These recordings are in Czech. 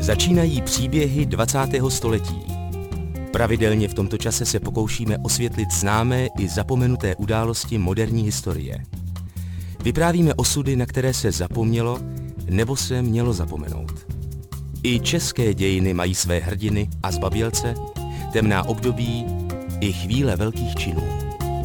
Začínají příběhy 20. století. Pravidelně v tomto čase se pokoušíme osvětlit známé i zapomenuté události moderní historie. Vyprávíme osudy, na které se zapomnělo nebo se mělo zapomenout. I české dějiny mají své hrdiny a zbabělce, temná období i chvíle velkých činů.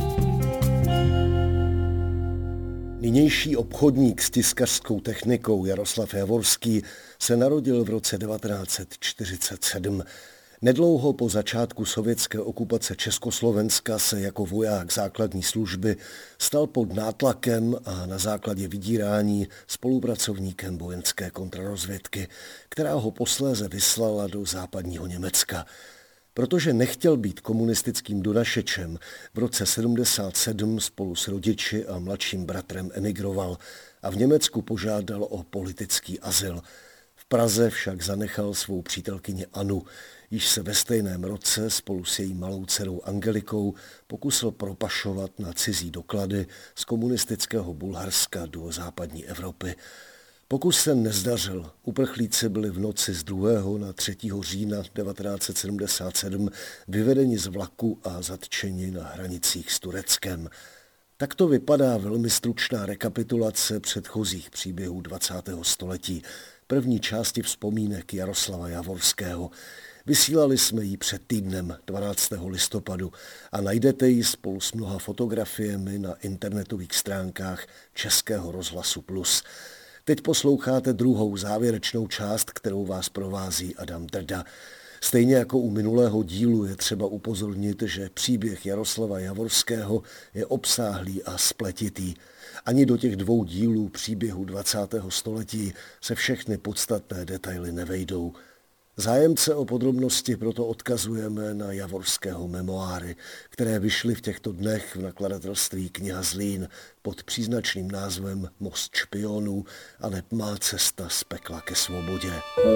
Nynější obchodník s tiskařskou technikou Jaroslav Javorský se narodil v roce 1947. Nedlouho po začátku sovětské okupace Československa se jako voják základní služby stal pod nátlakem a na základě vydírání spolupracovníkem vojenské kontrarozvědky, která ho posléze vyslala do západního Německa. Protože nechtěl být komunistickým donašečem, v roce 1977 spolu s rodiči a mladším bratrem emigroval a v Německu požádal o politický azyl. V Praze však zanechal svou přítelkyni Anu, již se ve stejném roce spolu s její malou dcerou Angelikou pokusil propašovat na cizí doklady z komunistického Bulharska do západní Evropy. Pokus se nezdařil. Uprchlíci byli v noci z 2. na 3. října 1977 vyvedeni z vlaku a zatčeni na hranicích s Tureckem. Takto vypadá velmi stručná rekapitulace předchozích příběhů 20. století, první části vzpomínek Jaroslava Javorského. Vysílali jsme ji před týdnem 12. listopadu a najdete ji spolu s mnoha fotografiemi na internetových stránkách Českého rozhlasu Plus. Teď posloucháte druhou závěrečnou část, kterou vás provází Adam Drda. Stejně jako u minulého dílu je třeba upozornit, že příběh Jaroslava Javorského je obsáhlý a spletitý. Ani do těch 2 dílů příběhu 20. století se všechny podstatné detaily nevejdou. Zájemce o podrobnosti proto odkazujeme na Javorského memoáry, které vyšly v těchto dnech v nakladatelství Kniha Zlín pod příznačným názvem Most špionů a neb má cesta z pekla ke svobodě.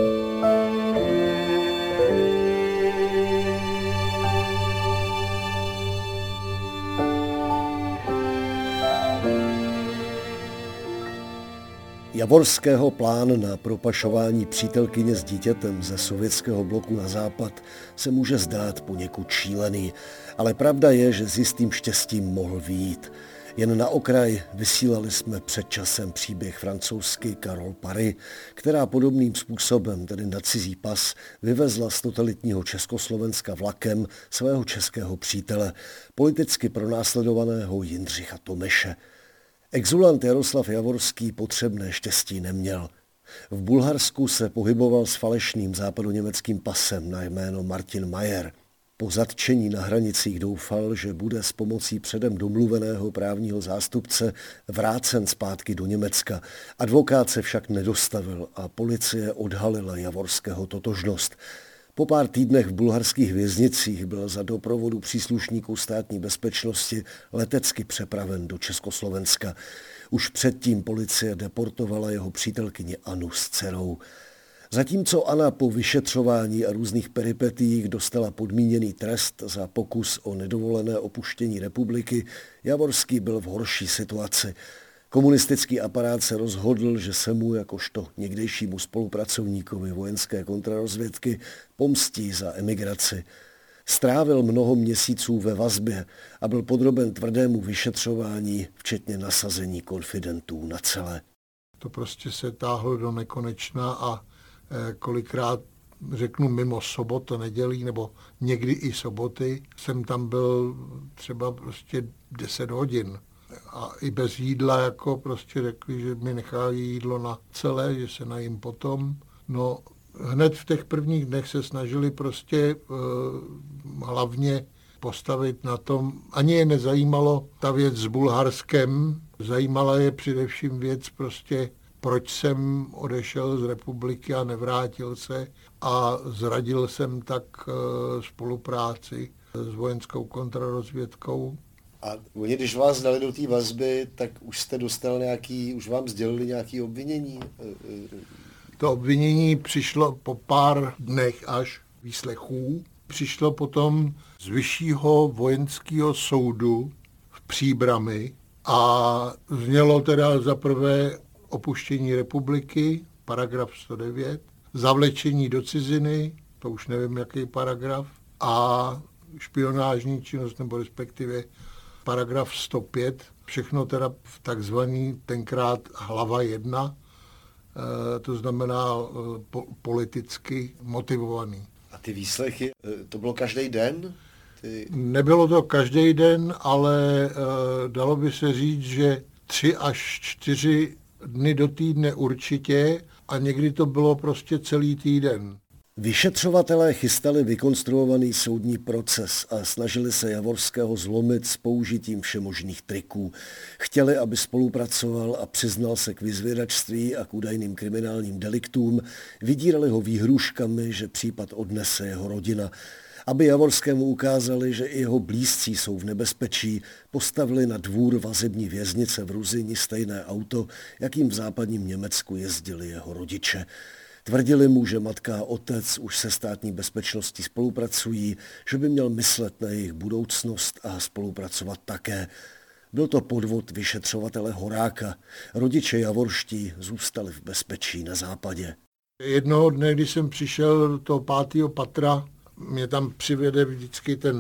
Javorského plán na propašování přítelkyně s dítětem ze sovětského bloku na západ se může zdát poněkud šílený, ale pravda je, že s jistým štěstím mohl vyjít. Jen na okraj vysílali jsme před časem příběh francouzsky Carole Paris, která podobným způsobem, tedy na cizí pas, vyvezla z totalitního Československa vlakem svého českého přítele, politicky pronásledovaného Jindřicha Tomeše. Exulant Jaroslav Javorský potřebné štěstí neměl. V Bulharsku se pohyboval s falešným západoněmeckým pasem na jméno Martin Mayer. Po zatčení na hranicích doufal, že bude s pomocí předem domluveného právního zástupce vrácen zpátky do Německa. Advokát se však nedostavil a policie odhalila Javorského totožnost. Po pár týdnech v bulharských věznicích byl za doprovodu příslušníků státní bezpečnosti letecky přepraven do Československa. Už předtím policie deportovala jeho přítelkyni Anu s dcerou. Zatímco Anna po vyšetřování a různých peripetiích dostala podmíněný trest za pokus o nedovolené opuštění republiky, Javorský byl v horší situaci. Komunistický aparát se rozhodl, že se mu jakožto někdejšímu spolupracovníkovi vojenské kontrarozvědky pomstí za emigraci. Strávil mnoho měsíců ve vazbě a byl podroben tvrdému vyšetřování, včetně nasazení konfidentů na celé. To prostě se táhlo do nekonečna a kolikrát, řeknu mimo sobot, nedělí nebo někdy i soboty, jsem tam byl třeba prostě 10 hodin. A i bez jídla jako prostě řekli, že mi nechají jídlo na celé, že se najím potom. No hned v těch prvních dnech se snažili prostě hlavně postavit na tom. Ani je nezajímalo ta věc s Bulharskem, zajímala je především věc prostě, proč jsem odešel z republiky a nevrátil se a zradil jsem tak spolupráci s vojenskou kontrarozvědkou. A oni, když vás dali do té vazby, tak už jste dostal už vám sdělili nějaké obvinění? To obvinění přišlo po pár dnech až výslechů. Přišlo potom z vyššího vojenského soudu v Příbrami a znělo teda za prvé opuštění republiky, paragraf 109, zavlečení do ciziny, to už nevím, jaký paragraf, a špionážní činnost, nebo respektive paragraf 105, všechno teda v takzvaný tenkrát hlava 1, to znamená politicky motivovaný. A ty výslechy, to bylo každý den? Nebylo to každý den, ale dalo by se říct, že 3 až 4 dny do týdne určitě a někdy to bylo prostě celý týden. Vyšetřovatelé chystali vykonstruovaný soudní proces a snažili se Javorského zlomit s použitím všemožných triků. Chtěli, aby spolupracoval a přiznal se k vyzvědačství a k údajným kriminálním deliktům, vydírali ho výhrůžkami, že případ odnese jeho rodina. Aby Javorskému ukázali, že i jeho blízcí jsou v nebezpečí, postavili na dvůr vazební věznice v Ruzyni stejné auto, jakým v západním Německu jezdili jeho rodiče. Tvrdili mu, že matka a otec už se státní bezpečností spolupracují, že by měl myslet na jejich budoucnost a spolupracovat také. Byl to podvod vyšetřovatele Horáka. Rodiče javorští zůstali v bezpečí na západě. Jednoho dne, když jsem přišel do toho 5. patra, mě tam přivede vždycky ten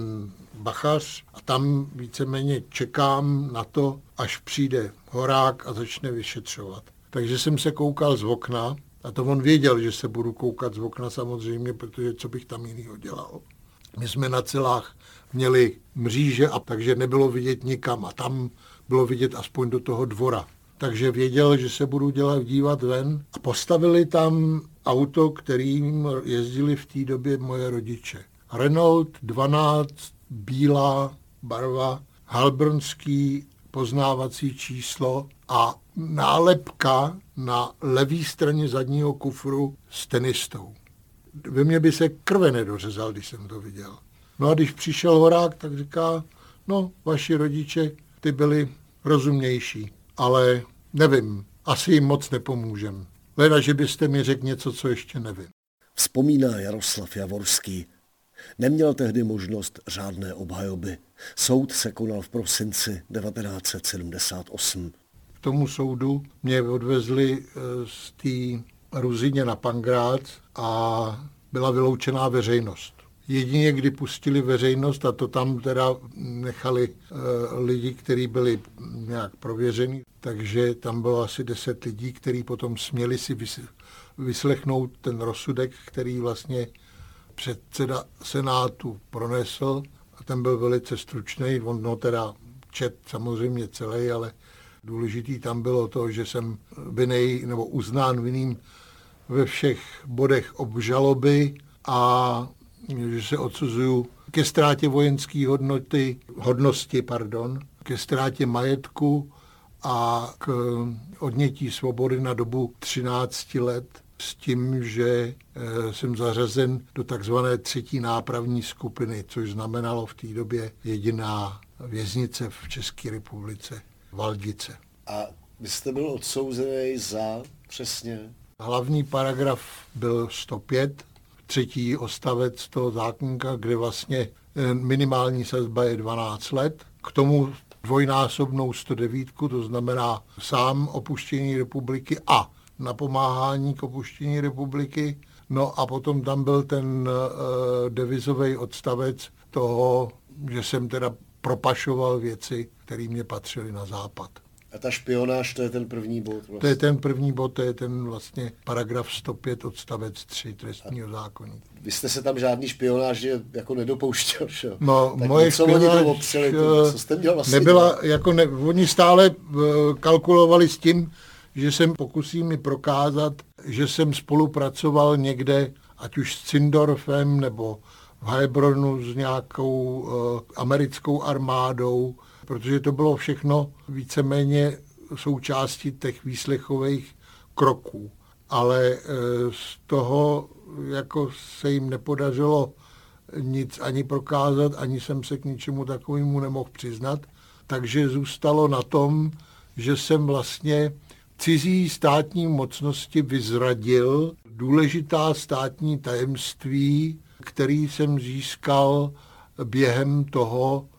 bachař a tam víceméně čekám na to, až přijde Horák a začne vyšetřovat. Takže jsem se koukal z okna a to on věděl, že se budu koukat z okna samozřejmě, protože co bych tam jinýho dělal. My jsme na celách měli mříže a takže nebylo vidět nikam a tam bylo vidět aspoň do toho dvora. Takže věděl, že se budu dívat ven a postavili tam auto, kterým jezdili v té době moje rodiče. Renault 12, bílá barva, halbrnský poznávací číslo a nálepka na levé straně zadního kufru s tenistou. Ve mně by se krve nedořezal, když jsem to viděl. No a když přišel Horák, tak říká, no, vaši rodiče, ty byli rozumnější, ale nevím, asi jim moc nepomůžem. Leda, že byste mi řekl něco, co ještě nevím. Vzpomíná Jaroslav Javorský. Neměl tehdy možnost řádné obhajoby. Soud se konal v prosinci 1978. K tomu soudu mě odvezli z té Ruzyně na Pankrác a byla vyloučená veřejnost. Jedině, kdy pustili veřejnost, a to tam teda nechali lidi, kteří byli nějak prověření, takže tam bylo asi 10 lidí, kteří potom směli si vyslechnout ten rozsudek, který vlastně předseda Senátu pronesl, a ten byl velice stručný, on ho teda čet samozřejmě celý, ale důležitý tam bylo to, že jsem vinnej nebo uznán vinným ve všech bodech obžaloby a že se odsuzuju ke ztrátě vojenské hodnosti, ke ztrátě majetku a k odnětí svobody na dobu 13 let s tím, že jsem zařazen do takzvané 3. nápravní skupiny, což znamenalo v té době jediná věznice v České republice, Valdice. A vy jste byl odsouzený za přesně? Hlavní paragraf byl 105, 3. odstavec toho zákoníka, kde vlastně minimální sazba je 12 let. K tomu dvojnásobnou 109, to znamená sám opuštění republiky a napomáhání k opuštění republiky. No a potom tam byl ten devizový odstavec toho, že jsem teda propašoval věci, které mě patřily na západ. A ta špionáž, to je ten první bod? Vlastně. To je ten první bod, to je ten vlastně paragraf 105 odstavec 3 trestního zákoníku. Vy jste se tam žádný špionáž jako nedopouštěl, že? No, tak moje špionáž co jste měl vlastně nebyla, jako oni stále kalkulovali s tím, že jsem pokusím mi prokázat, že jsem spolupracoval někde, ať už s Zindorfem nebo v Heilbronu s nějakou americkou armádou, protože to bylo všechno víceméně součástí těch výslechových kroků. Ale z toho jako se jim nepodařilo nic ani prokázat, ani jsem se k ničemu takovému nemohl přiznat. Takže zůstalo na tom, že jsem vlastně cizí státní mocnosti vyzradil důležitá státní tajemství, který jsem získal během toho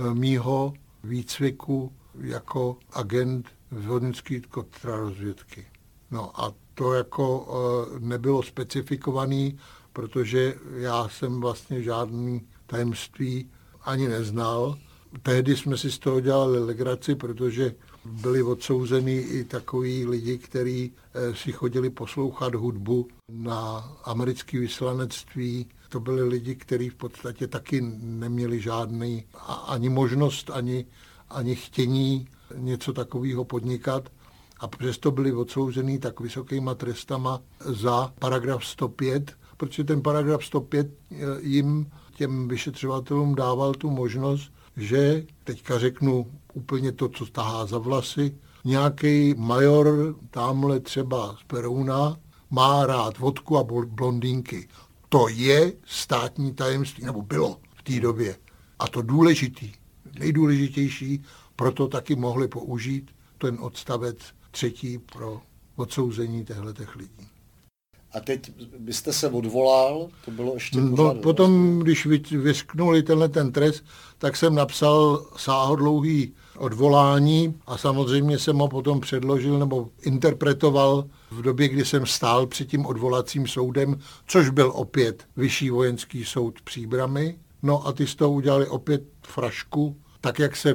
mýho výcviku jako agent vojenské kontrarozvědky. No a to jako nebylo specifikovaný, protože já jsem vlastně žádný tajemství ani neznal. Tehdy jsme si z toho dělali legraci, protože byli odsouzeni i takoví lidi, kteří si chodili poslouchat hudbu na americké vyslanectví. To byli lidi, kteří v podstatě taky neměli žádný ani možnost, ani chtění něco takového podnikat. A přesto byli odsouzeni tak vysokýma trestama za paragraf 105, protože ten paragraf 105 jim, těm vyšetřovatelům, dával tu možnost, že, teďka řeknu úplně to, co tahá za vlasy, nějaký major, tamhle třeba z Berouna, má rád vodku a blondýnky. To je státní tajemství, nebo bylo v té době. A to důležitý, nejdůležitější, proto taky mohli použít ten odstavec 3. pro odsouzení těchto lidí. A teď byste se odvolal, to bylo ještě No, potom, když vysknuli ten trest, tak jsem napsal sáhodlouhý odvolání a samozřejmě jsem ho potom předložil nebo interpretoval v době, kdy jsem stál před tím odvolacím soudem, což byl opět Vyšší vojenský soud Příbrami. No a ty z toho udělali opět frašku, tak jak se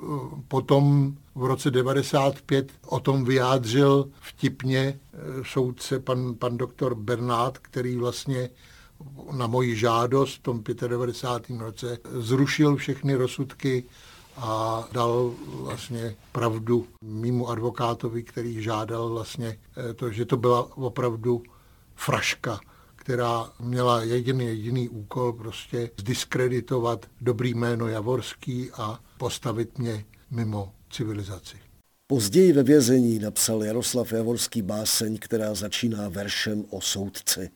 potom v roce 95 o tom vyjádřil vtipně soudce pan doktor Bernát, který vlastně na moji žádost v tom 95. roce zrušil všechny rozsudky a dal vlastně pravdu mému advokátovi, který žádal vlastně to, že to byla opravdu fraška, která měla jediný úkol prostě zdiskreditovat dobrý jméno Javorský a postavit mě mimo civilizaci. Později ve vězení napsal Jaroslav Javorský báseň, která začíná veršem o soudci.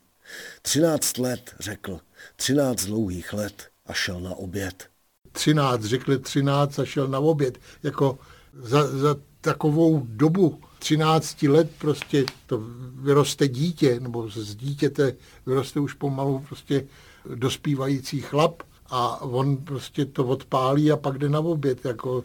13 let, řekl, 13 dlouhých let a šel na oběd. 13, řekl 13 a šel na oběd. Jako za takovou dobu 13 let prostě to vyroste dítě, nebo z dítěte vyroste už pomalu prostě dospívající chlap a on prostě to odpálí a pak jde na oběd. Jako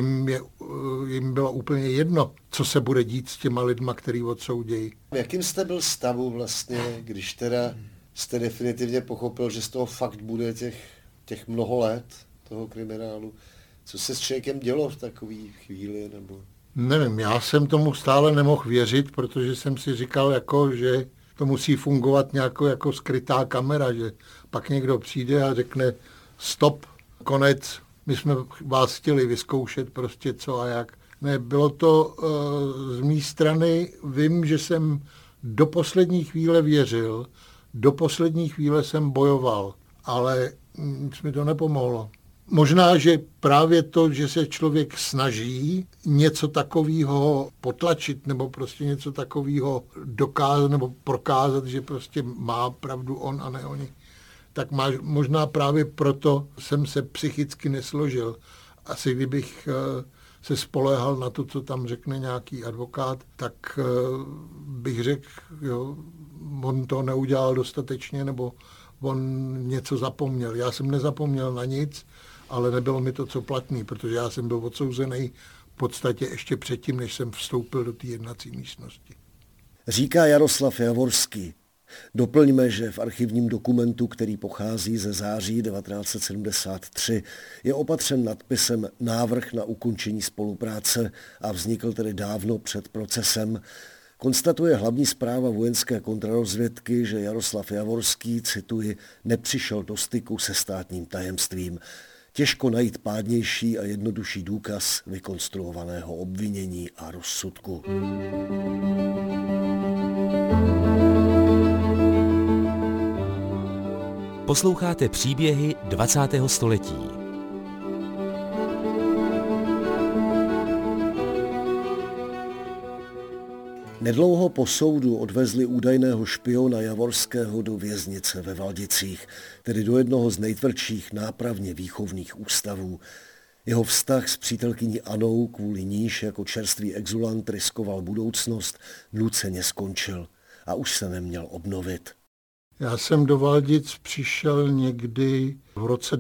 jim bylo úplně jedno, co se bude dít s těma lidma, který odsoudějí. V jakým jste byl stavu vlastně, když teda jste definitivně pochopil, že z toho fakt bude těch mnoho let toho kriminálu? Co se s člověkem dělo v takové chvíli? Nebo... Nevím, já jsem tomu stále nemohl věřit, protože jsem si říkal, jako, že to musí fungovat nějak jako skrytá kamera, že pak někdo přijde a řekne stop, konec, my jsme vás chtěli vyzkoušet prostě co a jak. Ne, bylo to z mé strany, vím, že jsem do poslední chvíle věřil, do poslední chvíle jsem bojoval, ale nic mi to nepomohlo. Možná, že právě to, že se člověk snaží něco takového potlačit nebo prostě něco takového dokázat nebo prokázat, že prostě má pravdu on a ne oni, tak možná právě proto jsem se psychicky nesložil. Asi kdybych se spoléhal na to, co tam řekne nějaký advokát, tak bych řekl, jo, on to neudělal dostatečně nebo on něco zapomněl. Já jsem nezapomněl na nic, ale nebylo mi to co platný, protože já jsem byl odsouzený v podstatě ještě předtím, než jsem vstoupil do té jednací místnosti. Říká Jaroslav Javorský. Doplňme, že v archivním dokumentu, který pochází ze září 1973, je opatřen nadpisem Návrh na ukončení spolupráce a vznikl tedy dávno před procesem. Konstatuje hlavní správa vojenské kontrarozvědky, že Jaroslav Javorský, cituji, nepřišel do styku se státním tajemstvím. Těžko najít pádnější a jednodušší důkaz vykonstruovaného obvinění a rozsudku. Posloucháte příběhy 20. století. Nedlouho po soudu odvezli údajného špiona Javorského do věznice ve Valdicích, tedy do jednoho z nejtvrdších nápravně výchovných ústavů. Jeho vztah s přítelkyní Anou, kvůli níž jako čerstvý exulant riskoval budoucnost, nuceně skončil a už se neměl obnovit. Já jsem do Valdic přišel někdy v roce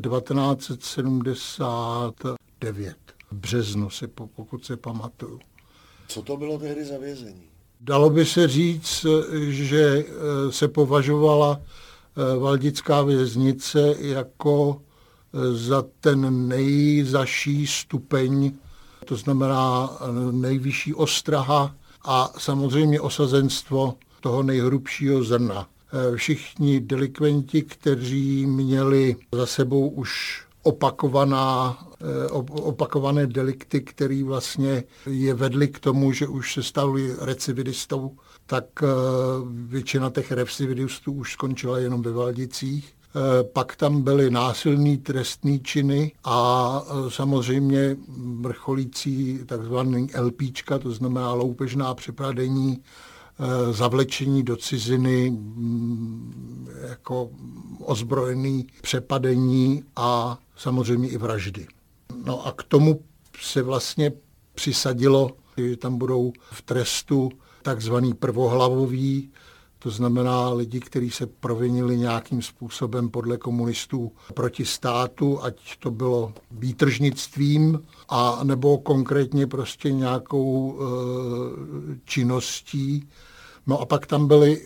1979, v březnu, pokud se pamatuju. Co to bylo tehdy za vězení? Dalo by se říct, že se považovala Valdická věznice jako za ten nejzaší stupeň, to znamená nejvyšší ostraha a samozřejmě osazenstvo toho nejhrubšího zrna. Všichni delikventi, kteří měli za sebou už opakované delikty, které vlastně je vedly k tomu, že už se stali recidivistou, tak většina těch recidivistů už skončila jenom ve Valdicích. Pak tam byly násilný trestný činy a samozřejmě vrcholící takzvaný LPčka, to znamená loupežná přepadení, zavlečení do ciziny, jako ozbrojený přepadení a samozřejmě i vraždy. No a k tomu se vlastně přisadilo, že tam budou v trestu takzvaný prvohlavoví, to znamená lidi, kteří se provinili nějakým způsobem podle komunistů proti státu, ať to bylo výtržnictvím, a nebo konkrétně prostě nějakou činností. No a pak tam byli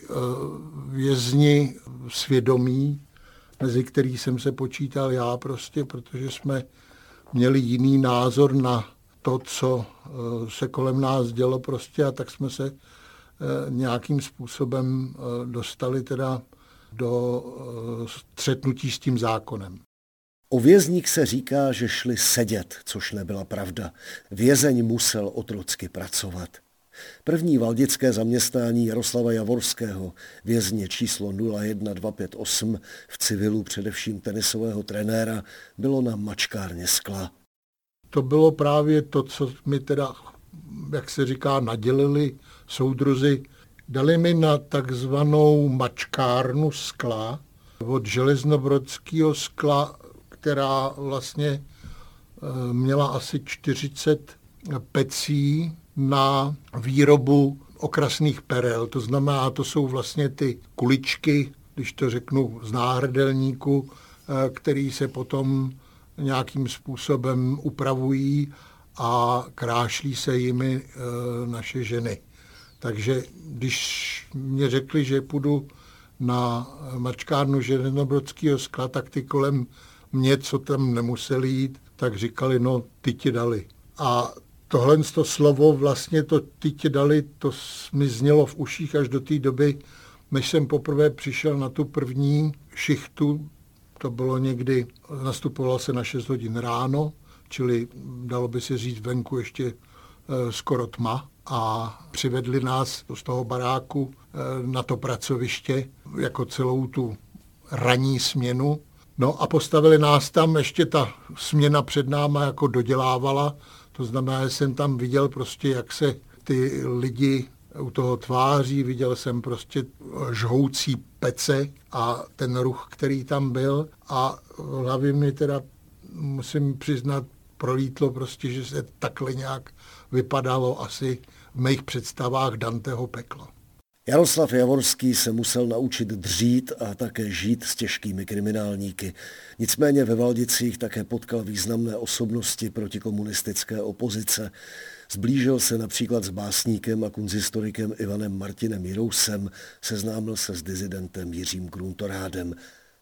vězni svědomí, mezi který jsem se počítal já prostě, protože jsme měli jiný názor na to, co se kolem nás dělo prostě, a tak jsme se nějakým způsobem dostali teda do střetnutí s tím zákonem. O vězních se říká, že šli sedět, což nebyla pravda. Vězeň musel otrocky pracovat. První valdické zaměstnání Jaroslava Javorského, vězně číslo 01258, v civilu především tenisového trenéra, bylo na mačkárně skla. To bylo právě to, co mi teda, jak se říká, nadělili soudruzi. Dali mi na takzvanou mačkárnu skla od železnobrodského skla, která vlastně měla asi 40 pecí na výrobu okrasných perel. To znamená, to jsou vlastně ty kuličky, když to řeknu z náhrdelníku, který se potom nějakým způsobem upravují a krášlí se jimi naše ženy. Takže když mě řekli, že půjdu na mačkárnu železnobrodského skla, tak ty kolem mě, co tam nemuseli jít, tak říkali, no ty ti dali. A tohle to slovo, vlastně to ty ti dali, to mi znělo v uších až do té doby, než jsem poprvé přišel na tu první šichtu. To bylo někdy, nastupovalo se na 6 hodin ráno, čili dalo by se říct venku ještě skoro tma, a přivedli nás z toho baráku na to pracoviště jako celou tu ranní směnu. No a postavili nás tam, ještě ta směna před náma jako dodělávala, to znamená, že jsem tam viděl prostě, jak se ty lidi u toho tváří, viděl jsem prostě žhoucí pece a ten ruch, který tam byl, a v hlavě mi teda, musím přiznat, prolítlo prostě, že se takhle nějak vypadalo asi v mých představách Danteho peklo. Jaroslav Javorský se musel naučit dřít a také žít s těžkými kriminálníky. Nicméně ve Valdicích také potkal významné osobnosti protikomunistické opozice. Zblížil se například s básníkem a kunzistorikem Ivanem Martinem Jirousem, seznámil se s dizidentem Jiřím Gruntorádem.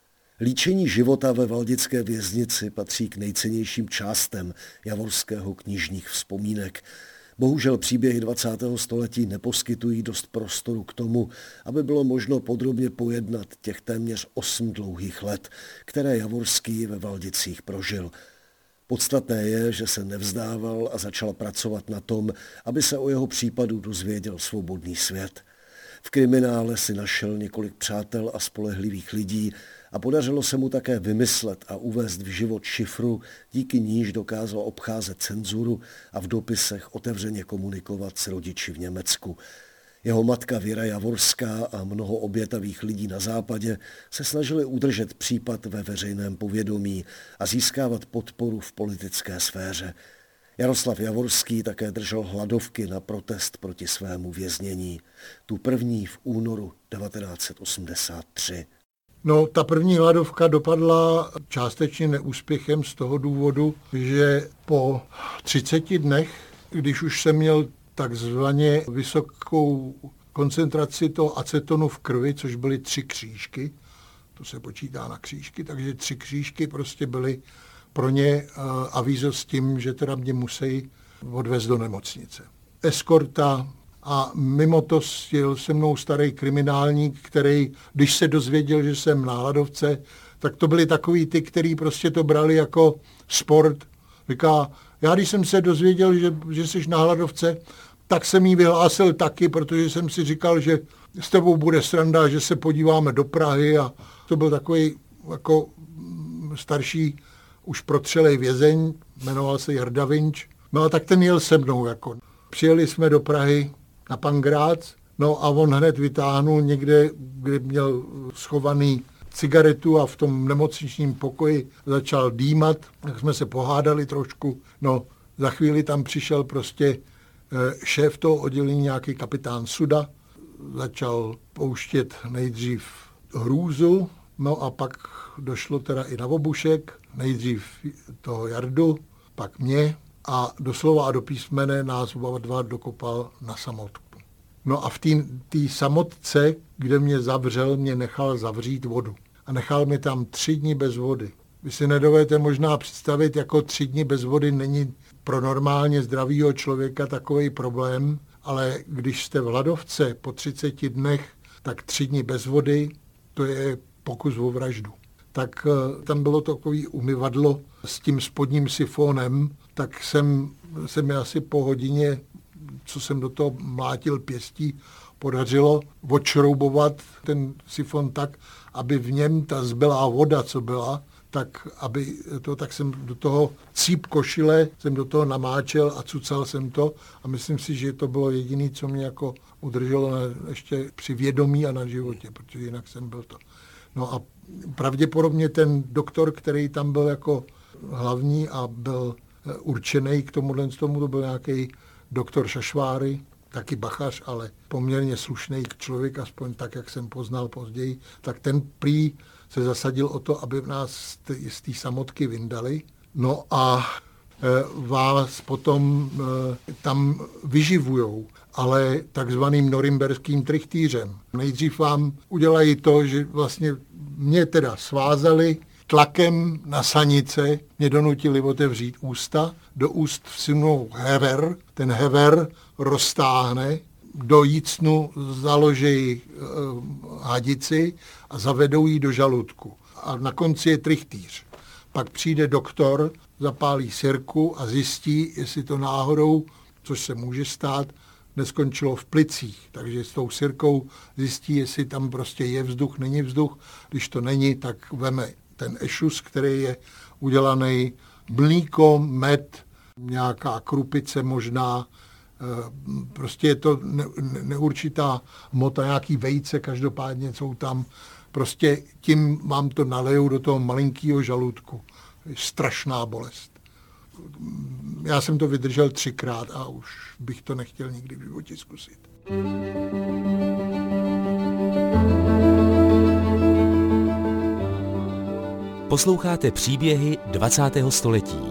Líčení života ve valdické věznici patří k nejcennějším částem javorského knižních vzpomínek. Bohužel příběhy 20. století neposkytují dost prostoru k tomu, aby bylo možno podrobně pojednat těch téměř 8 dlouhých let, které Javorský ve Valdicích prožil. Podstatné je, že se nevzdával a začal pracovat na tom, aby se o jeho případu dozvěděl svobodný svět. V kriminále si našel několik přátel a spolehlivých lidí a podařilo se mu také vymyslet a uvést v život šifru, díky níž dokázal obcházet cenzuru a v dopisech otevřeně komunikovat s rodiči v Německu. Jeho matka Věra Javorská a mnoho obětavých lidí na západě se snažili udržet případ ve veřejném povědomí a získávat podporu v politické sféře. Jaroslav Javorský také držel hladovky na protest proti svému věznění. Tu první v únoru 1983. No, ta první hladovka dopadla částečně neúspěchem z toho důvodu, že po 30 dnech, když už jsem měl takzvaně vysokou koncentraci toho acetonu v krvi, což byly 3 křížky. To se počítá na křížky, takže 3 křížky prostě byly pro ně avízo s tím, že teda mě musí odvést do nemocnice. Eskorta a mimo to jel se mnou starý kriminálník, který, když se dozvěděl, že jsem na hladovce, tak to byli takový ty, který prostě to brali jako sport. Říká, já když jsem se dozvěděl, že jsi na hladovce, tak jsem jí vyhlásil taky, protože jsem si říkal, že s tebou bude sranda, že se podíváme do Prahy a to byl takový jako starší, už protřelej vězeň, jmenoval se Jarda Vinč. No a tak ten jel se mnou jako. Přijeli jsme do Prahy na Pankrác, no a on hned vytáhnul někde, kde měl schovaný cigaretu a v tom nemocničním pokoji začal dýmat, tak jsme se pohádali trošku. No, za chvíli tam přišel prostě šéf toho oddělení, nějaký kapitán Suda, začal pouštět nejdřív Hrůzu, no a pak došlo teda i na obušek, nejdřív toho Jardu, pak mě a doslova a do písmene nás oba dva dokopal na samotku. No a v té samotce, kde mě zavřel, mě nechal zavřít vodu. A nechal mě tam 3 dny bez vody. Vy si nedovedete možná představit, jako 3 dny bez vody není pro normálně zdravýho člověka takový problém, ale když jste v hladovce po 30 dnech, tak 3 dny bez vody, to je pokus o vraždu. Tak tam bylo takový umyvadlo s tím spodním sifonem, tak jsem mi asi po hodině, co jsem do toho mlátil pěstí, podařilo odšroubovat ten sifon tak, aby v něm ta zbylá voda, co byla, tak jsem do toho cíp košile, jsem do toho namáčel a cucal jsem to a myslím si, že to bylo jediné, co mě jako udrželo ještě při vědomí a na životě, protože jinak jsem byl to. No a pravděpodobně ten doktor, který tam byl jako hlavní a byl určený k tomu, to byl nějaký doktor Šašváry, taky bachař, ale poměrně slušný člověk, aspoň tak, jak jsem poznal později, tak ten prý se zasadil o to, aby nás z té samotky vyndali. No a vás potom tam vyživujou, ale takzvaným norimberským trichtýřem. Nejdřív vám udělají to, že vlastně mě teda svázali, tlakem na sanice mě donutili otevřít ústa, do úst vsunou hever, ten hever roztáhne, do jícnu založí hadici a zavedou ji do žaludku. A na konci je trichtýř. Pak přijde doktor, zapálí sirku a zjistí, jestli to náhodou, což se může stát, neskončilo v plicích. Takže s tou sirkou zjistí, jestli tam prostě je vzduch, není vzduch. Když to není, tak veme ten ešus, který je udělaný mlíko, med, nějaká krupice možná, prostě je to neurčitá hmota, nějaký vejce, každopádně jsou tam, prostě tím vám to nalejou do toho malinkého žaludku. Strašná bolest. Já jsem to vydržel 3krát a už bych to nechtěl nikdy v životě zkusit. Posloucháte příběhy 20. století.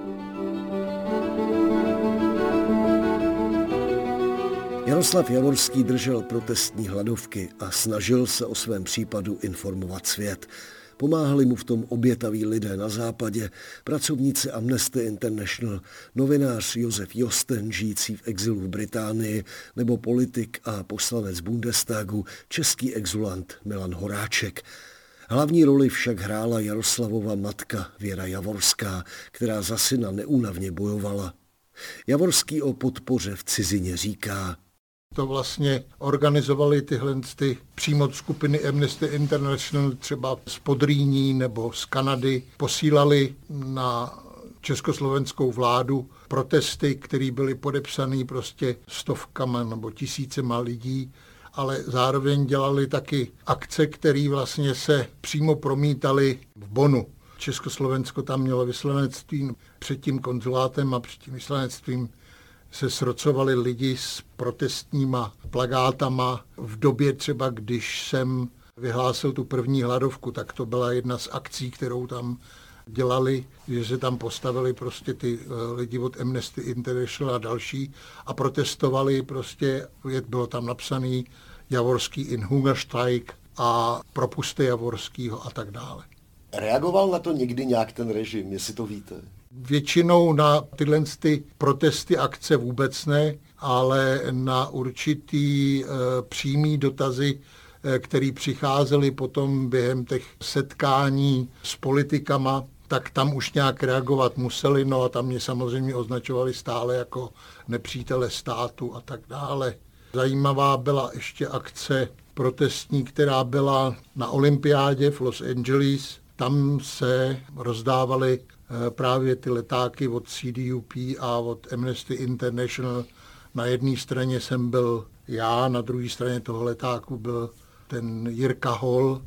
Jaroslav Javorský držel protestní hladovky a snažil se o svém případu informovat svět. Pomáhali mu v tom obětaví lidé na západě, pracovníci Amnesty International, novinář Josef Josten, žijící v exilu v Británii, nebo politik a poslanec Bundestagu, český exulant Milan Horáček. Hlavní roli však hrála Jaroslavova matka Věra Javorská, která za syna neúnavně bojovala. Javorský o podpoře v cizině říká: To vlastně organizovali tyhle přímo skupiny Amnesty International třeba z Podrýní nebo z Kanady. Posílali na československou vládu protesty, které byly podepsané prostě stovkama nebo tisícema lidí, ale zároveň dělali taky akce, které vlastně se přímo promítaly v Bonnu. Československo tam mělo vyslanectví před tím konzulátem a před tím vyslanectvím se srocovali lidi s protestníma plakátama. V době třeba, když jsem vyhlásil tu první hladovku, tak to byla jedna z akcí, kterou tam dělali, že se tam postavili prostě ty lidi od Amnesty International a další a protestovali prostě, bylo tam napsaný Javorský in Hungerstreik a propuste Javorskýho a tak dále. Reagoval na to někdy nějak ten režim, jestli to víte? Většinou na tyhle protesty, akce vůbec ne, ale na určitý přímý dotazy, které přicházely potom během těch setkání s politikama, tak tam už nějak reagovat museli, no a tam mě samozřejmě označovali stále jako nepřítele státu a tak dále. Zajímavá byla ještě akce protestní, která byla na olympiádě v Los Angeles. Tam se rozdávaly právě ty letáky od CDUP a od Amnesty International. Na jedné straně jsem byl já, na druhé straně toho letáku byl ten Jirka Hol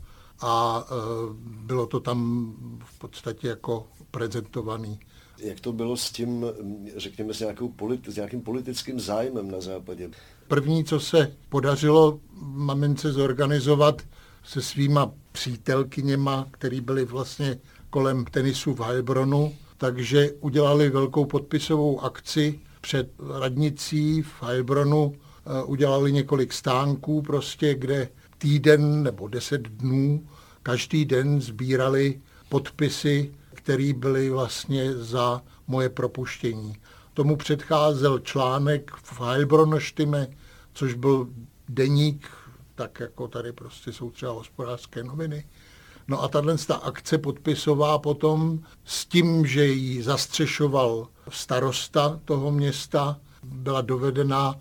a bylo to tam v podstatě jako prezentovaný. Jak to bylo s tím, řekněme, s nějakým politickým zájmem na západě? První, co se podařilo mamince zorganizovat se svýma přítelkyněma, který byly vlastně kolem tenisu v Heilbronu, takže udělali velkou podpisovou akci před radnicí v Heilbronu, udělali několik stánků prostě, kde týden nebo 10 dnů každý den sbírali podpisy, které byly vlastně za moje propuštění. Tomu předcházel článek v Heilbronner-Stimme, což byl deník, tak jako tady prostě jsou třeba Hospodářské noviny. No a tato akce podpisová potom s tím, že ji zastřešoval starosta toho města, byla dovedena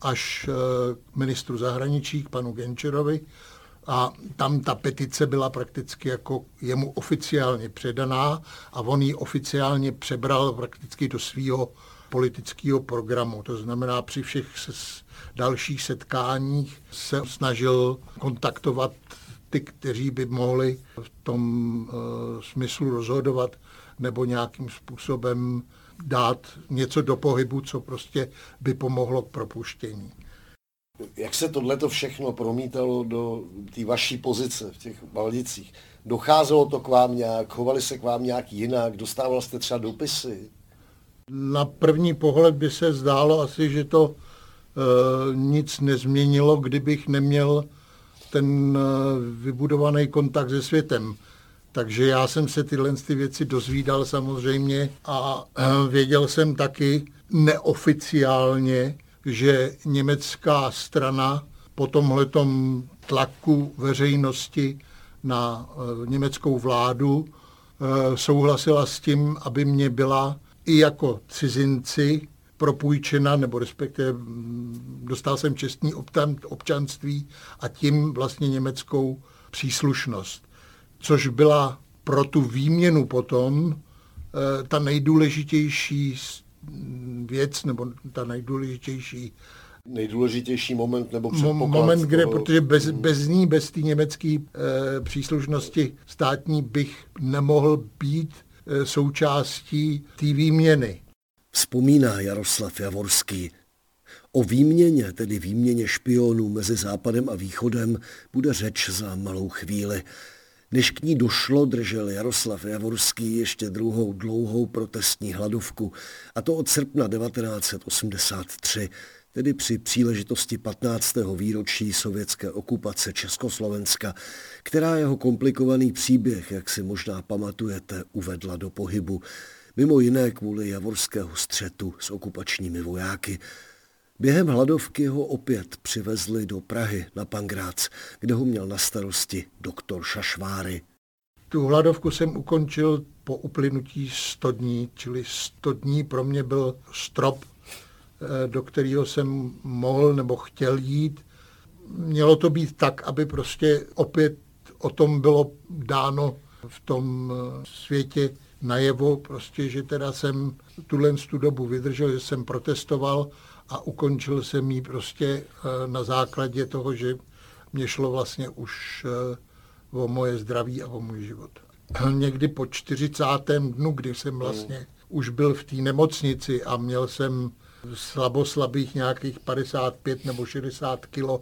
až k ministru zahraničí, k panu Genčerovi, a tam ta petice byla prakticky jako jemu oficiálně předaná a on ji oficiálně přebral prakticky do svého politického programu. To znamená, při všech dalších setkáních se snažil kontaktovat ty, kteří by mohli v tom smyslu rozhodovat nebo nějakým způsobem dát něco do pohybu, co prostě by pomohlo k propuštění. Jak se tohleto všechno promítalo do té vaší pozice v těch Valdicích? Docházelo to k vám nějak, chovali se k vám nějak jinak, dostával jste třeba dopisy? Na první pohled by se zdálo asi, že to nic nezměnilo, kdybych neměl ten vybudovaný kontakt se světem. Takže já jsem se tyhle věci dozvídal samozřejmě a věděl jsem taky neoficiálně, že německá strana po tomhletom tlaku veřejnosti na německou vládu souhlasila s tím, aby mě byla i jako cizinci propůjčena, nebo respektive dostal jsem čestní občanství a tím vlastně německou příslušnost. Což byla pro tu výměnu potom ta nejdůležitější věc, nebo ta nejdůležitější moment, nebo předpoklad. Moment, kde, protože bez ní, bez té německé příslušnosti státní bych nemohl být součástí té výměny. Vzpomíná Jaroslav Javorský. O výměně, tedy výměně špionů mezi Západem a Východem, bude řeč za malou chvíli. Než k ní došlo, držel Jaroslav Javorský ještě druhou dlouhou protestní hladovku, a to od srpna 1983, tedy při příležitosti 15. výročí sovětské okupace Československa, která jeho komplikovaný příběh, jak si možná pamatujete, uvedla do pohybu. Mimo jiné kvůli javorského střetu s okupačními vojáky. Během hladovky ho opět přivezli do Prahy na Pangrác, kde ho měl na starosti doktor Šašváry. Tu hladovku jsem ukončil po uplynutí 100 dní, čili 100 dní pro mě byl strop, do kterého jsem mohl nebo chtěl jít. Mělo to být tak, aby prostě opět o tom bylo dáno v tom světě najevo, prostě, že teda jsem tu dobu vydržel, že jsem protestoval a ukončil jsem ji prostě na základě toho, že mě šlo vlastně už o moje zdraví a o můj život. Někdy po 40. dnu, kdy jsem vlastně už byl v té nemocnici a měl jsem slabých nějakých 55 nebo 60 kilo,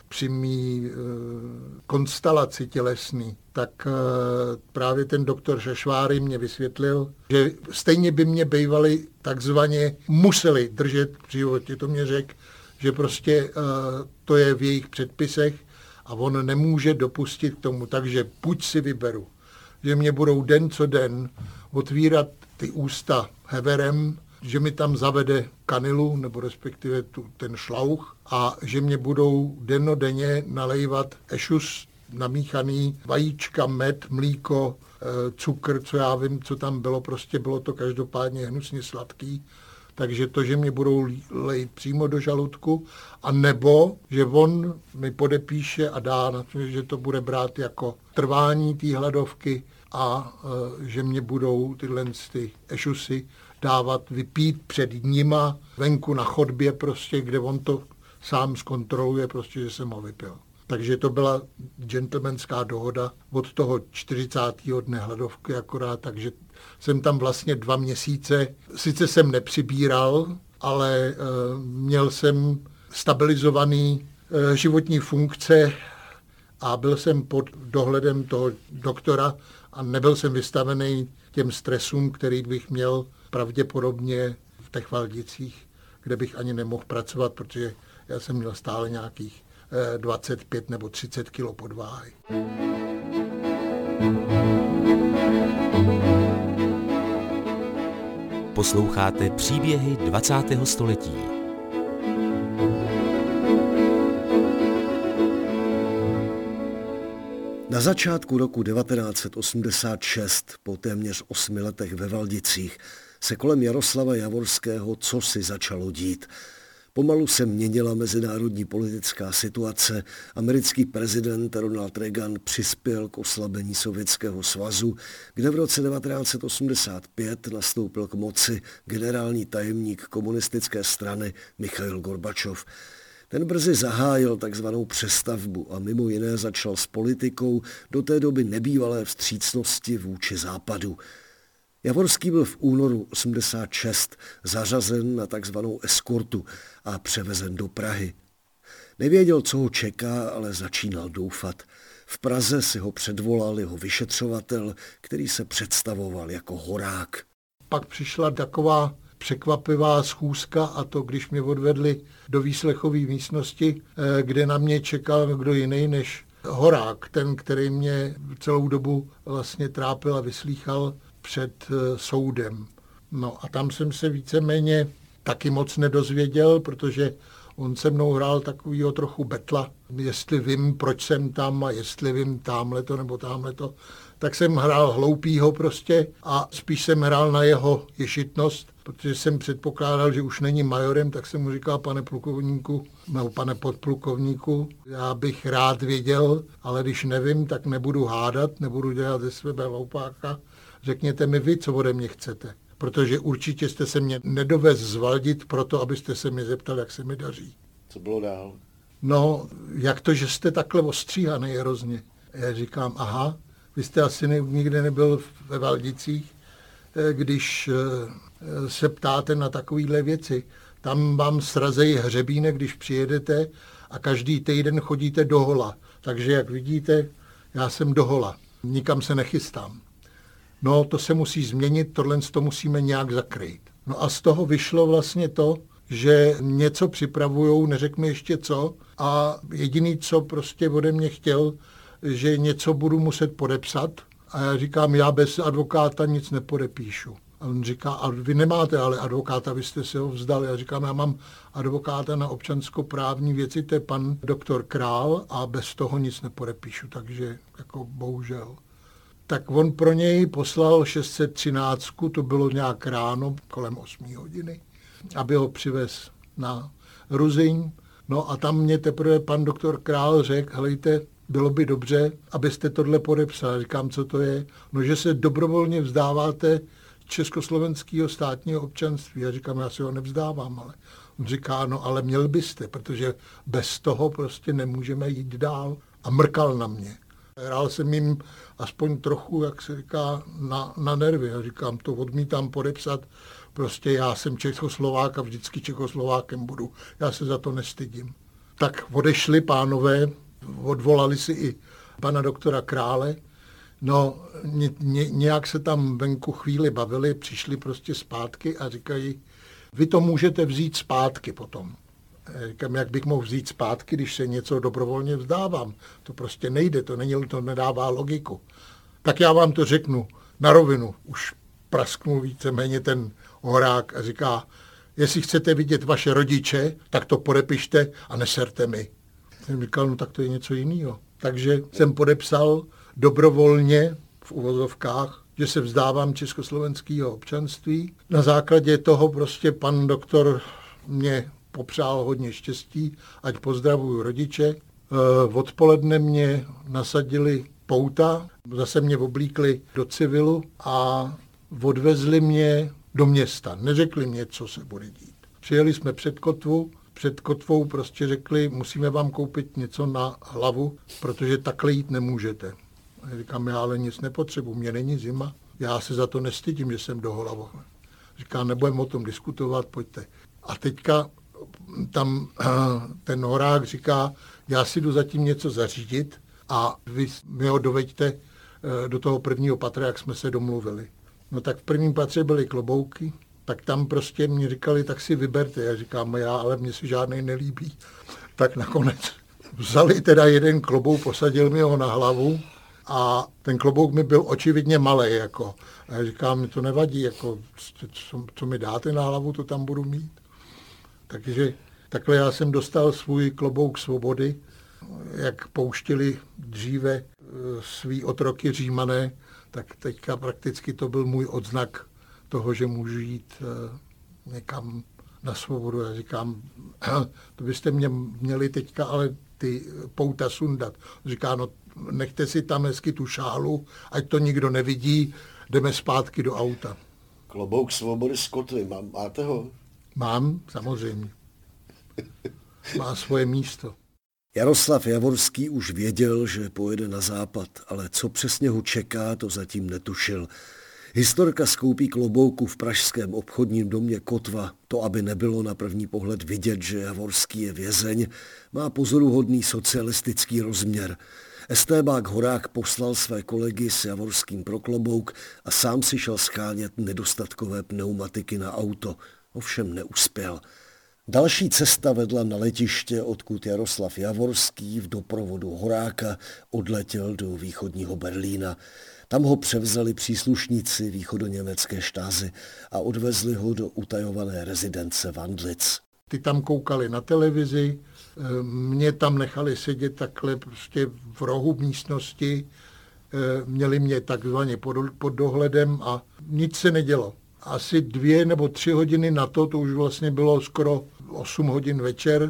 při mý konstelaci tělesný, tak právě ten doktor Šašváry mě vysvětlil, že stejně by mě bývali takzvaně museli držet při životě. To mě řekl, že prostě to je v jejich předpisech a on nemůže dopustit k tomu. Takže buď si vyberu, že mě budou den co den otvírat ty ústa heverem, že mi tam zavede kanilu, nebo respektive ten šlouch, a že mě budou dennodenně nalejvat ešus namíchaný, vajíčka, med, mlíko, cukr, co já vím, co tam bylo, prostě bylo to každopádně hnusně sladký. Takže to, že mě budou lejt přímo do žaludku, a nebo, že on mi podepíše a dá, že to bude brát jako trvání té hladovky a že mě budou tyhle ešusy dávat, vypít před nima venku na chodbě, prostě, kde on to sám zkontroluje, prostě, že jsem ho vypil. Takže to byla gentlemanská dohoda od toho 40. dne hladovky akorát, takže jsem tam vlastně 2 měsíce, sice jsem nepřibíral, ale měl jsem stabilizovaný životní funkce a byl jsem pod dohledem toho doktora a nebyl jsem vystavený těm stresům, který bych měl pravděpodobně v těch Valdicích, kde bych ani nemohl pracovat, protože já jsem měl stále nějakých 25 nebo 30 kilo podváhy. Posloucháte příběhy 20. století. Na začátku roku 1986, po téměř 8 letech ve Valdicích, se kolem Jaroslava Javorského cosi začalo dít. Pomalu se měnila mezinárodní politická situace, americký prezident Ronald Reagan přispěl k oslabení Sovětského svazu, kde v roce 1985 nastoupil k moci generální tajemník komunistické strany Michail Gorbačov. Ten brzy zahájil takzvanou přestavbu a mimo jiné začal s politikou do té doby nebývalé vstřícnosti vůči západu. Javorský byl v únoru 86 zařazen na takzvanou eskortu a převezen do Prahy. Nevěděl, co ho čeká, ale začínal doufat. V Praze si ho předvolal jeho vyšetřovatel, který se představoval jako Horák. Pak přišla taková překvapivá schůzka, a to když mě odvedli do výslechové místnosti, kde na mě čekal kdo jiný než Horák, ten, který mě celou dobu vlastně trápil a vyslýchal před soudem. No a tam jsem se víceméně taky moc nedozvěděl, protože on se mnou hrál takovýho trochu betla, jestli vím, proč jsem tam a jestli vím támhleto nebo támhleto. Tak jsem hrál hloupýho prostě a spíš jsem hrál na jeho ješitnost, protože jsem předpokládal, že už není majorem, tak jsem mu říkal, pane plukovníku, nebo pane podplukovníku, já bych rád věděl, ale když nevím, tak nebudu hádat, nebudu dělat ze sebe hloupáka. Řekněte mi vy, co ode mě chcete, protože určitě jste se mě nedovez zvaldit proto, abyste se mě zeptal, jak se mi daří. Co bylo dál? No, jak to, že jste takhle ostříhaný hrozně. Já říkám, aha, vy jste asi nikdy nebyl ve Valdicích, když se ptáte na takovéhle věci. Tam vám srazejí hřebínek, když přijedete a každý týden chodíte do hola. Takže jak vidíte, já jsem do hola. Nikam se nechystám. No, to se musí změnit, tohle to musíme nějak zakrýt. No a z toho vyšlo vlastně to, že něco připravujou, neřekl mi ještě co, a jediný, co prostě ode mě chtěl, že něco budu muset podepsat. A já říkám, já bez advokáta nic nepodepíšu. A on říká, a vy nemáte ale advokáta, vy jste se ho vzdal. Já říkám, já mám advokáta na občanskoprávní věci, to je pan doktor Král, a bez toho nic nepodepíšu, takže jako bohužel. Tak on pro něj poslal 613, to bylo nějak ráno, kolem 8 hodiny, aby ho přivez na Ruzyň. No a tam mě teprve pan doktor Král řekl, helejte, bylo by dobře, abyste tohle podepsal. Říkám, co to je? No, že se dobrovolně vzdáváte československého státního občanství. Já říkám, já se ho nevzdávám, ale on říká, no ale měl byste, protože bez toho prostě nemůžeme jít dál. A mrkal na mě. Hrál jsem jim aspoň trochu, jak se říká, na nervy. Já říkám, to odmítám podepsat, prostě já jsem Čechoslovák a vždycky Čechoslovákem budu. Já se za to nestydím. tak odešli pánové, odvolali si i pana doktora Krále. No, nějak se tam venku chvíli bavili, přišli prostě zpátky a říkají, vy to můžete vzít zpátky potom. Říkám, jak bych mohl vzít zpátky, když se něco dobrovolně vzdávám. To prostě nejde, to nedává logiku. Tak já vám to řeknu na rovinu. Už prasknul víceméně ten Horák a říká, jestli chcete vidět vaše rodiče, tak to podepište a neserte mi. Jsem říkal, no tak to je něco jiného. Takže jsem podepsal dobrovolně v uvozovkách, že se vzdávám československého občanství. Na základě toho prostě pan doktor mě popřál hodně štěstí, ať pozdravuju rodiče. Odpoledne mě nasadili pouta, zase mě oblíkli do civilu a odvezli mě do města. Neřekli mě, co se bude dít. Přijeli jsme před kotvou prostě řekli, musíme vám koupit něco na hlavu, protože takhle jít nemůžete. A říkám, já ale nic nepotřebuji, mě není zima, já se za to nestydím, že jsem do hlavo. Říká, nebudeme o tom diskutovat, pojďte. A teďka tam ten Horák říká, já si jdu zatím něco zařídit a vy mi ho doveďte do toho prvního patra, jak jsme se domluvili. No tak v prvním patře byly klobouky, tak tam prostě mě říkali, tak si vyberte. Já říkám, ale mně se žádnej nelíbí. Tak nakonec vzali teda jeden klobouk, posadil mi ho na hlavu a ten klobouk mi byl očividně malej. Jako. A já říkám, mi to nevadí, jako, co mi dáte na hlavu, to tam budu mít. Takže takhle já jsem dostal svůj klobouk svobody, jak pouštili dříve svý otroky Římané, tak teďka prakticky to byl můj odznak toho, že můžu jít někam na svobodu. Já říkám, to byste mě měli teďka ale ty pouta sundat. Říká, no nechte si tam hezky tu šálu, ať to nikdo nevidí, jdeme zpátky do auta. Klobouk svobody z kotvy, máte ho? Mám, samozřejmě. Má svoje místo. Jaroslav Javorský už věděl, že pojede na západ, ale co přesně ho čeká, to zatím netušil. Historka z koupí klobouku v pražském obchodním domě Kotva, to aby nebylo na první pohled vidět, že Javorský je vězeň, má pozoruhodný socialistický rozměr. Estébák Horák poslal své kolegy s Javorským pro klobouk a sám si šel shánět nedostatkové pneumatiky na auto. Ovšem neuspěl. Další cesta vedla na letiště, odkud Jaroslav Javorský v doprovodu Horáka odletěl do východního Berlína. Tam ho převzali příslušníci východoněmecké štázy a odvezli ho do utajované rezidence Wandlitz. Ty tam koukali na televizi, mě tam nechali sedět takhle prostě v rohu místnosti, měli mě takzvaně pod dohledem a nic se nedělo. Asi 2 nebo 3 hodiny na to už vlastně bylo skoro 8 hodin večer,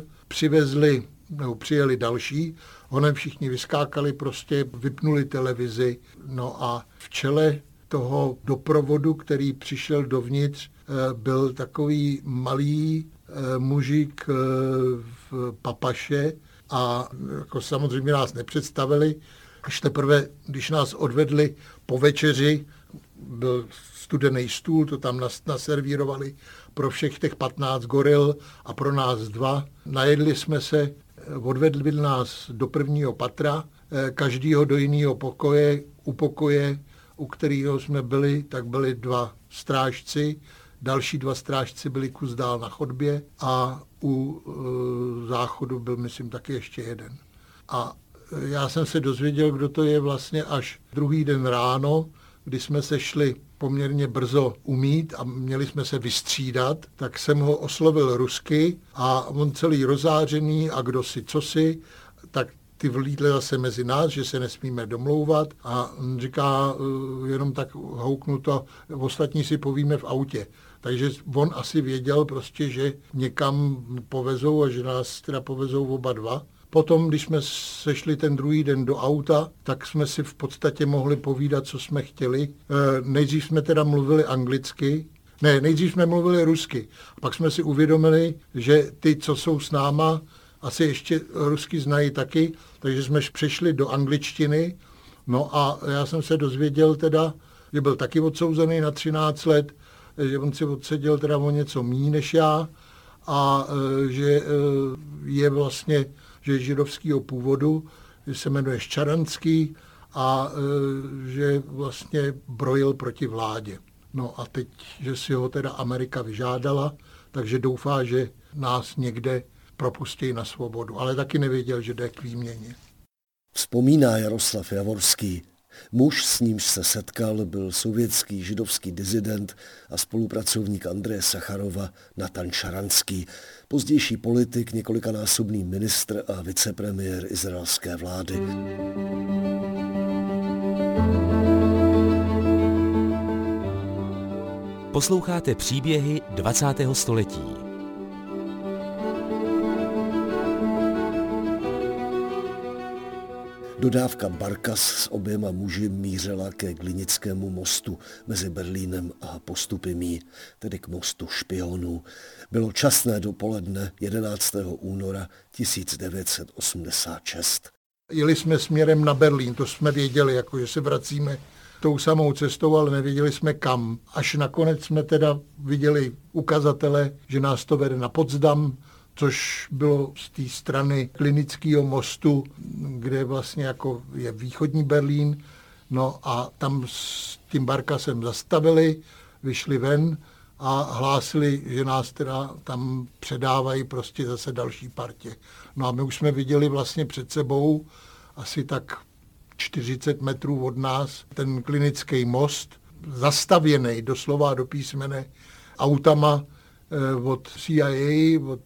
přijeli další, honem všichni vyskákali, prostě vypnuli televizi, no a v čele toho doprovodu, který přišel dovnitř, byl takový malý mužík v papaše a jako samozřejmě nás nepředstavili, až teprve, když nás odvedli po večeři, byl studený stůl, to tam naservírovali pro všech těch 15 goril a pro nás 2. Najedli jsme se, odvedli nás do prvního patra, každýho do jiného pokoje, u pokoje, u kterého jsme byli, tak byli 2 strážci, další 2 strážci byli kus dál na chodbě a u záchodu byl, myslím, taky ještě jeden. A já jsem se dozvěděl, kdo to je vlastně až druhý den ráno, kdy jsme se šli poměrně brzo umýt a měli jsme se vystřídat, tak jsem ho oslovil rusky a on celý rozářený a kdo si, co si, tak ty vlídly zase mezi nás, že se nesmíme domlouvat a on říká, jenom tak houknu to, ostatní si povíme v autě. Takže on asi věděl prostě, že někam povezou a že nás teda povezou oba 2. Potom, když jsme sešli ten druhý den do auta, tak jsme si v podstatě mohli povídat, co jsme chtěli. Nejdřív jsme teda mluvili anglicky, nejdřív jsme mluvili rusky. Pak jsme si uvědomili, že ty, co jsou s náma, asi ještě rusky znají taky, takže jsme přešli do angličtiny. No a já jsem se dozvěděl teda, že byl taky odsouzený na 13 let, že on si odseděl teda o něco míň než já a že je vlastně, že je židovského původu, že se jmenuje Ščaranský a že vlastně brojil proti vládě. No a teď, že si ho teda Amerika vyžádala, takže doufá, že nás někde propustí na svobodu. Ale taky nevěděl, že jde k výměně. Vzpomíná Jaroslav Javorský. Muž, s nímž se setkal, byl sovětský židovský disident a spolupracovník Andreje Sacharova Natan Šaranský, pozdější politik, několikanásobný ministr a vicepremiér izraelské vlády. Posloucháte příběhy 20. století. Dodávka Barkas s oběma muži mířila ke Glinickému mostu mezi Berlínem a Postupimí, tedy k mostu špionů. Bylo časné dopoledne 11. února 1986. Jeli jsme směrem na Berlín, to jsme věděli, jako že se vracíme tou samou cestou, ale nevěděli jsme kam. Až nakonec jsme teda viděli ukazatele, že nás to vede na Potsdam, což bylo z té strany Klinického mostu, kde vlastně jako je východní Berlín. No a tam s tím Barkasem zastavili, vyšli ven a hlásili, že nás teda tam předávají prostě zase další partě. No a my už jsme viděli vlastně před sebou asi tak 40 metrů od nás ten Klinický most, zastavěný doslova do písmene autama od CIA, od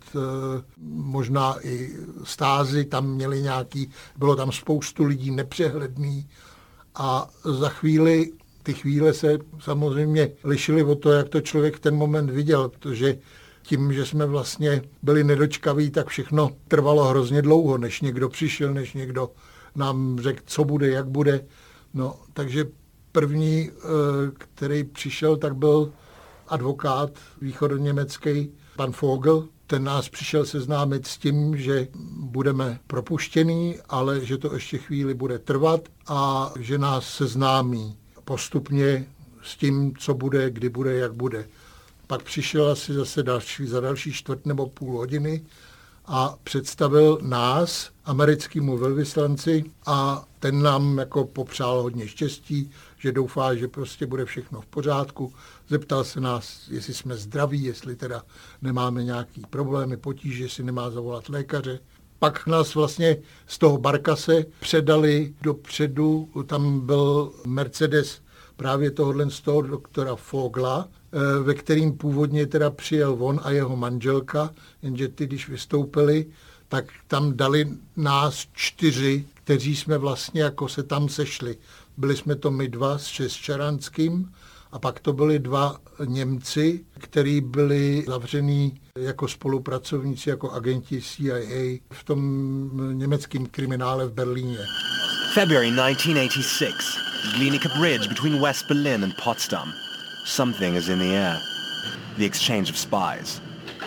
možná i Stasi, tam měli nějaký, bylo tam spoustu lidí nepřehledný a za chvíli, ty chvíle se samozřejmě lišily od toho, jak to člověk v ten moment viděl, protože tím, že jsme vlastně byli nedočkaví, tak všechno trvalo hrozně dlouho, než někdo přišel, než někdo nám řekl, co bude, jak bude. No, takže první, který přišel, tak byl advokát východoněmecký, pan Vogel. Ten nás přišel seznámit s tím, že budeme propuštění, ale že to ještě chvíli bude trvat a že nás seznámí postupně s tím, co bude, kdy bude, jak bude. Pak přišel asi zase za další čtvrt nebo půl hodiny a představil nás americkému velvyslanci a ten nám jako popřál hodně štěstí, že doufá, že prostě bude všechno v pořádku. Zeptal se nás, jestli jsme zdraví, jestli teda nemáme nějaký problémy, potíže, jestli nemá zavolat lékaře. Pak nás vlastně z toho Barkase předali dopředu, tam byl Mercedes právě tohohle z toho doktora Vogla, ve kterým původně teda přijel on a jeho manželka, jenže ty, když vystoupili, tak tam dali nás 4, kteří jsme vlastně jako se tam sešli. Byli jsme to my 2 s Ščaranským a pak to byli 2 Němci, kteří byli zavření jako spolupracovníci, jako agenti CIA v tom německém kriminále v Berlíně. February 1986, Glinica Bridge between West Berlin and Potsdam. Something is in the air. The exchange of spies.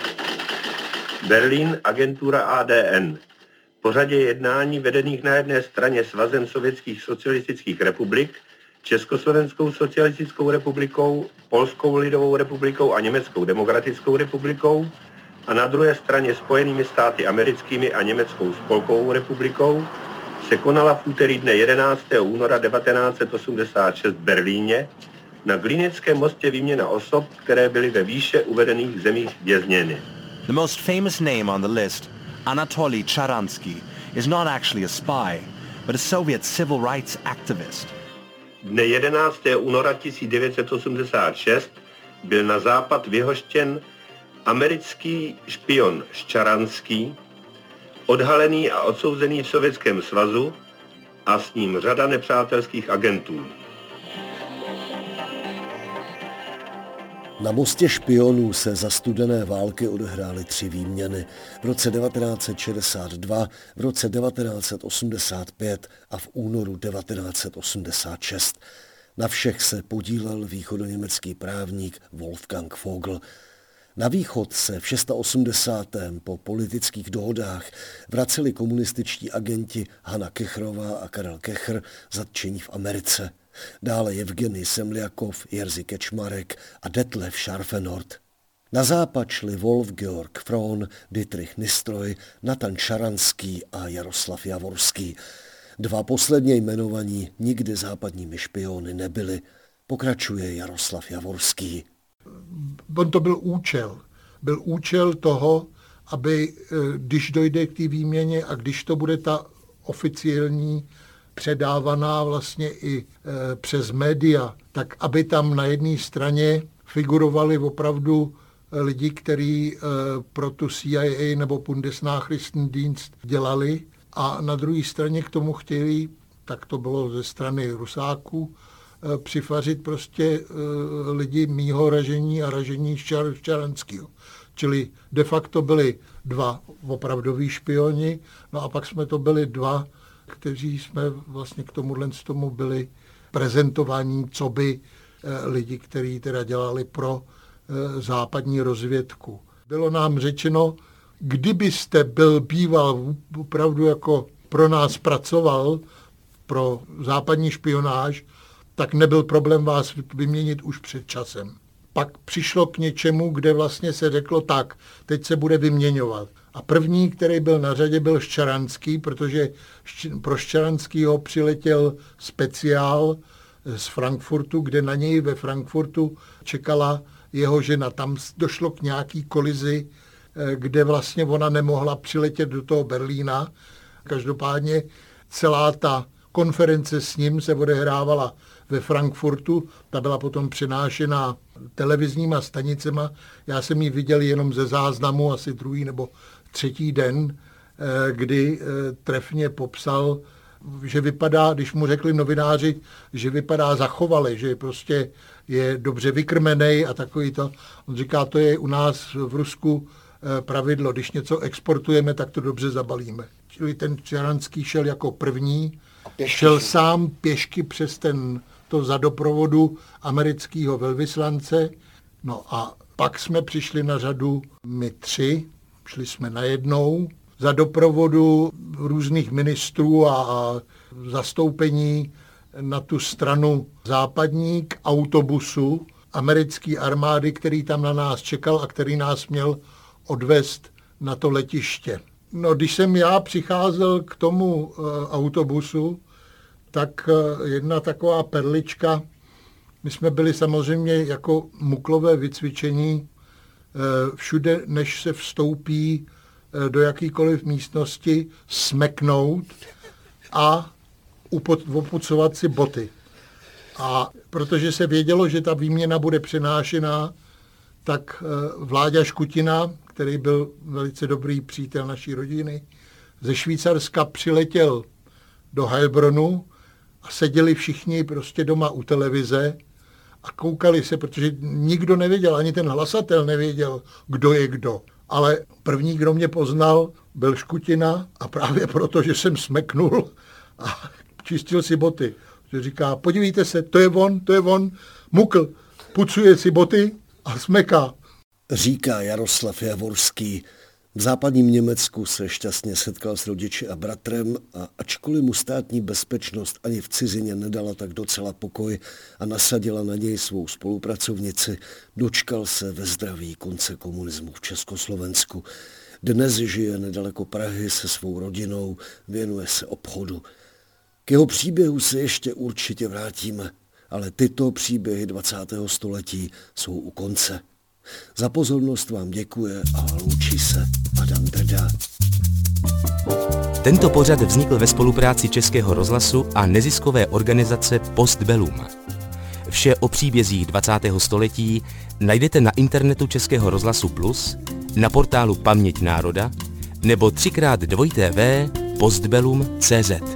Berlín, agentura ADN. Po řadě jednání vedených na jedné straně Svazem sovětských socialistických republik, Československou socialistickou republikou, Polskou lidovou republikou a Německou demokratickou republikou a na druhé straně Spojenými státy americkými a Německou spolkovou republikou se konala v úterý dne 11. února 1986 v Berlíně na Glinickém mostě výměna osob, které byly ve výše uvedených zemích vězněny. The most famous name on the list, Anatoly Sharansky, is not actually a spy, but a Soviet civil rights activist. Dne 11. února 1986 byl na západ vyhoštěn americký špion Ščaranský, odhalený a odsouzený v Sovětském svazu a s ním řada nepřátelských agentů. Na mostě špionů se za studené války odehrály 3 výměny. V roce 1962, v roce 1985 a v únoru 1986. Na všech se podílel východoněmecký právník Wolfgang Vogel. Na východ se v 86. po politických dohodách vraceli komunističtí agenti Hanna Kechrová a Karel Kechr zatčení v Americe. Dále Evgenij Semljakov, Jerzy Kečmarek a Detlef Scharfenort. Na západ šli Wolf-Georg Frohn, Dietrich Nistroj, Natan Šaranský a Jaroslav Javorský. Dva posledně jmenovaní nikdy západními špiony nebyli. Pokračuje Jaroslav Javorský. On to byl účel. Byl účel toho, aby když dojde k té výměně a když to bude ta oficiální předávaná vlastně i přes média, tak aby tam na jedné straně figurovali opravdu lidi, kteří pro tu CIA nebo Bundesnachrichtendienst dělali a na druhé straně k tomu chtěli, tak to bylo ze strany Rusáků, přifařit prostě lidi mýho ražení a ražení Ščaranského. Čili de facto byli dva opravdoví špioni, no a pak jsme to byli dva, kteří jsme vlastně k tomu byli prezentovaní, co by lidi, kteří teda dělali pro západní rozvědku. Bylo nám řečeno, kdybyste býval opravdu jako pro nás pracoval, pro západní špionáž, tak nebyl problém vás vyměnit už před časem. Pak přišlo k něčemu, kde vlastně se řeklo tak, teď se bude vyměňovat. A první, který byl na řadě, byl Ščaranský, protože pro Ščaranskýho přiletěl speciál z Frankfurtu, kde na něj ve Frankfurtu čekala jeho žena. Tam došlo k nějaký kolizi, kde vlastně ona nemohla přiletět do toho Berlína. Každopádně celá ta konference s ním se odehrávala ve Frankfurtu, ta byla potom přenášena televizníma stanicema. Já jsem ji viděl jenom ze záznamu asi druhý nebo třetí den, kdy trefně popsal, že vypadá, když mu řekli novináři, že vypadá zachovale, že prostě je dobře vykrmenej a takový to. On říká, to je u nás v Rusku pravidlo, když něco exportujeme, tak to dobře zabalíme. Čili ten Ščaranský šel jako první, šel sám pěšky přes to za doprovodu amerického velvyslance. No a pak jsme přišli na řadu my tři, šli jsme najednou za doprovodu různých ministrů a zastoupení na tu stranu západní k autobusu americké armády, který tam na nás čekal a který nás měl odvést na to letiště. No, když jsem já přicházel k tomu autobusu, tak jedna taková perlička, my jsme byli samozřejmě jako muklové vycvičení všude, než se vstoupí do jakýkoliv místnosti, smeknout a opucovat si boty. A protože se vědělo, že ta výměna bude přenášená, tak Vláďa Škutina, který byl velice dobrý přítel naší rodiny, ze Švýcarska přiletěl do Heilbronu a seděli všichni prostě doma u televize a koukali se, protože nikdo nevěděl, ani ten hlasatel nevěděl, kdo je kdo. Ale první, kdo mě poznal, byl Škutina a právě proto, že jsem smeknul a čistil si boty. Že říká, podívejte se, to je on, mukl, pucuje si boty a smeká. Říká Jaroslav Javorský. V západním Německu se šťastně setkal s rodiči a bratrem a ačkoliv mu státní bezpečnost ani v cizině nedala tak docela pokoj a nasadila na něj svou spolupracovnici, dočkal se ve zdraví konce komunismu v Československu. Dnes žije nedaleko Prahy se svou rodinou, věnuje se obchodu. K jeho příběhu se ještě určitě vrátíme, ale tyto příběhy 20. století jsou u konce. Za pozornost vám děkuje a loučí se Adam Drda. Tento pořad vznikl ve spolupráci Českého rozhlasu a neziskové organizace Postbellum. Vše o příbězích 20. století najdete na internetu Českého rozhlasu Plus, na portálu Paměť národa nebo 3x2 postbellum.cz.